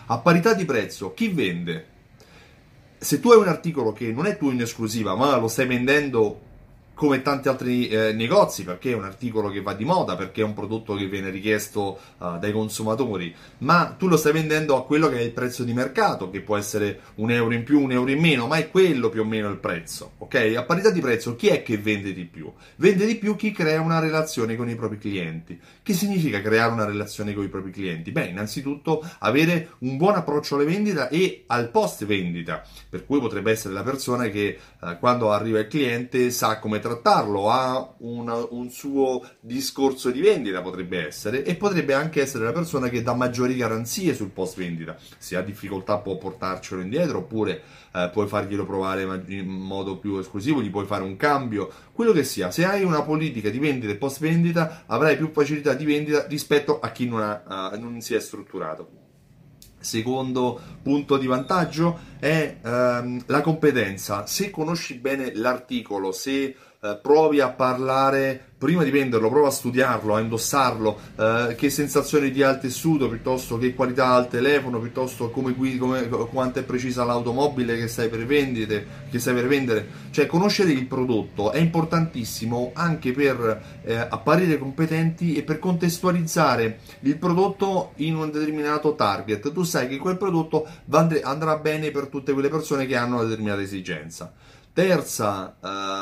A parità di prezzo, chi vende? Se tu hai un articolo che non è tuo in esclusiva, ma lo stai vendendo come tanti altri negozi, perché è un articolo che va di moda, perché è un prodotto che viene richiesto dai consumatori, ma tu lo stai vendendo a quello che è il prezzo di mercato, che può essere €1 in più, €1 in meno, ma è quello più o meno il prezzo, ok? A parità di prezzo, chi è che vende di più? Vende di più chi crea una relazione con i propri clienti. Che significa creare una relazione con i propri clienti? Beh, innanzitutto avere un buon approccio alle vendite e al post vendita, per cui potrebbe essere la persona che quando arriva il cliente sa come trattarlo, ha un suo discorso di vendita, potrebbe essere, e potrebbe anche essere la persona che dà maggiori garanzie sul post vendita. Se ha difficoltà può portarcelo indietro, oppure puoi farglielo provare in modo più esclusivo, gli puoi fare un cambio, quello che sia. Se hai una politica di vendita e post vendita avrai più facilità di vendita rispetto a chi non si è strutturato. Secondo punto di vantaggio è la competenza. Se conosci bene l'articolo, se provi a parlare prima di venderlo, prova a studiarlo, a indossarlo, che sensazioni dia al tessuto, piuttosto che qualità ha il telefono, piuttosto quanto è precisa l'automobile che stai per vendere. Cioè, conoscere il prodotto è importantissimo anche per apparire competenti e per contestualizzare il prodotto in un determinato target. Tu sai che quel prodotto andrà bene per tutte quelle persone che hanno una determinata esigenza. Terzo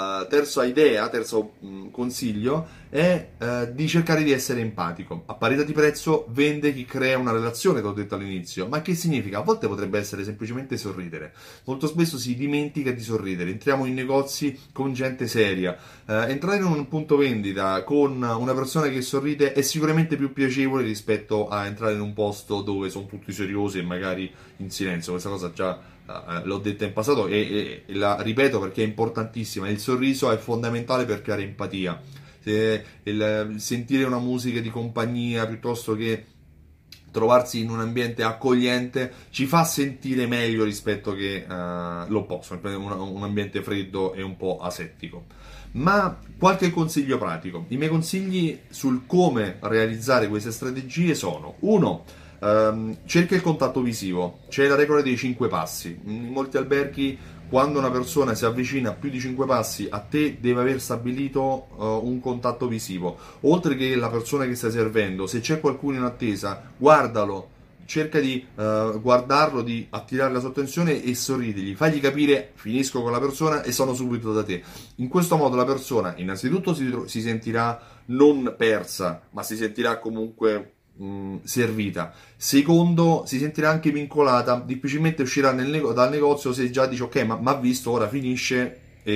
consiglio è di cercare di essere empatico. A parità di prezzo vende chi crea una relazione, te l'ho detto all'inizio. Ma che significa? A volte potrebbe essere semplicemente sorridere. Molto spesso si dimentica di sorridere. Entriamo in negozi con gente seria. Entrare in un punto vendita con una persona che sorride è sicuramente più piacevole rispetto a entrare in un posto dove sono tutti seriosi e magari in silenzio. Questa cosa già l'ho detta in passato e la ripeto perché è importantissima. Il sorriso è fondamentale per creare empatia. Sentire una musica di compagnia piuttosto che trovarsi in un ambiente accogliente ci fa sentire meglio rispetto che l'opposto, un ambiente freddo e un po' asettico. Ma qualche consiglio pratico. I miei consigli sul come realizzare queste strategie sono: 1. Cerca il contatto visivo. C'è la regola dei 5 passi. In molti alberghi, quando una persona si avvicina a più di 5 passi a te, deve aver stabilito un contatto visivo. Oltre che la persona che stai servendo, se c'è qualcuno in attesa, guardalo, cerca di guardarlo, di attirare la sua attenzione e sorridigli, fagli capire: finisco con la persona e sono subito da te. In questo modo la persona innanzitutto si sentirà non persa, ma si sentirà comunque servita. Secondo, si sentirà anche vincolata, difficilmente uscirà dal negozio se già dice: ok, ma ha visto, ora finisce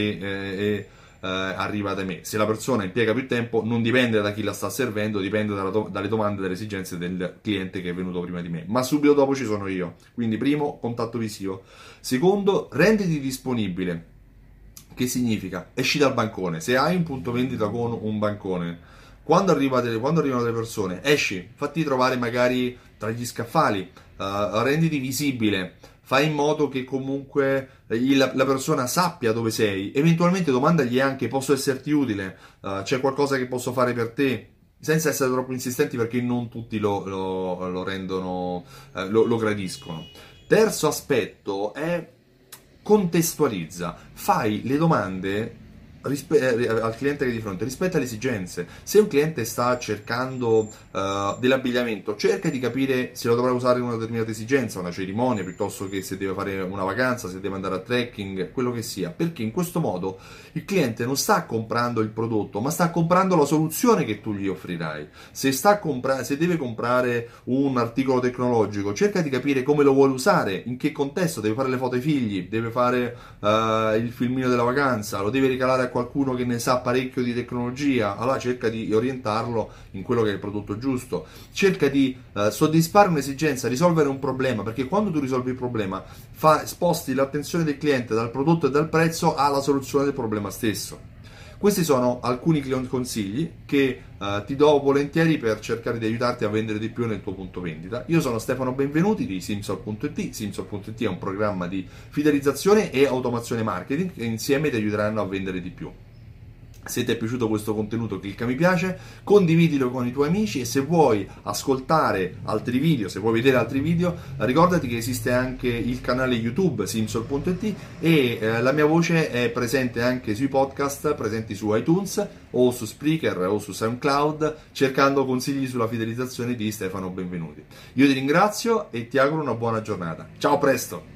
e arriva da me. Se la persona impiega più tempo, non dipende da chi la sta servendo, dipende dalle domande e dalle esigenze del cliente che è venuto prima di me, ma subito dopo ci sono io. Quindi primo, contatto visivo. Secondo, renditi disponibile. Che significa? Esci dal bancone. Se hai un punto vendita con un bancone, quando arrivano delle persone, esci, fatti trovare magari tra gli scaffali, renditi visibile, fai in modo che comunque la persona sappia dove sei, eventualmente domandagli anche: posso esserti utile, c'è qualcosa che posso fare per te, senza essere troppo insistenti perché non tutti lo rendono, lo gradiscono. Terzo aspetto è: contestualizza, fai le domande al cliente che è di fronte rispetto alle esigenze. Se un cliente sta cercando dell'abbigliamento, cerca di capire se lo dovrà usare in una determinata esigenza, una cerimonia, piuttosto che se deve fare una vacanza, se deve andare a trekking, quello che sia, perché in questo modo il cliente non sta comprando il prodotto, ma sta comprando la soluzione che tu gli offrirai. Se deve comprare un articolo tecnologico, cerca di capire come lo vuole usare, in che contesto, deve fare le foto ai figli, deve fare il filmino della vacanza, lo deve regalare a qualcuno che ne sa parecchio di tecnologia. Allora cerca di orientarlo in quello che è il prodotto giusto, cerca di soddisfare un'esigenza, risolvere un problema, perché quando tu risolvi il problema sposti l'attenzione del cliente dal prodotto e dal prezzo alla soluzione del problema stesso. Questi sono alcuni consigli che ti do volentieri per cercare di aiutarti a vendere di più nel tuo punto vendita. Io sono Stefano Benvenuti di Simsol.it. Simsol.it è un programma di fidelizzazione e automazione marketing che insieme ti aiuteranno a vendere di più. Se ti è piaciuto questo contenuto, clicca mi piace, condividilo con i tuoi amici, e se vuoi ascoltare altri video, se vuoi vedere altri video, ricordati che esiste anche il canale YouTube simsol.it, e la mia voce è presente anche sui podcast presenti su iTunes o su Spreaker o su SoundCloud, cercando consigli sulla fidelizzazione di Stefano Benvenuti. Io ti ringrazio e ti auguro una buona giornata. Ciao, a presto!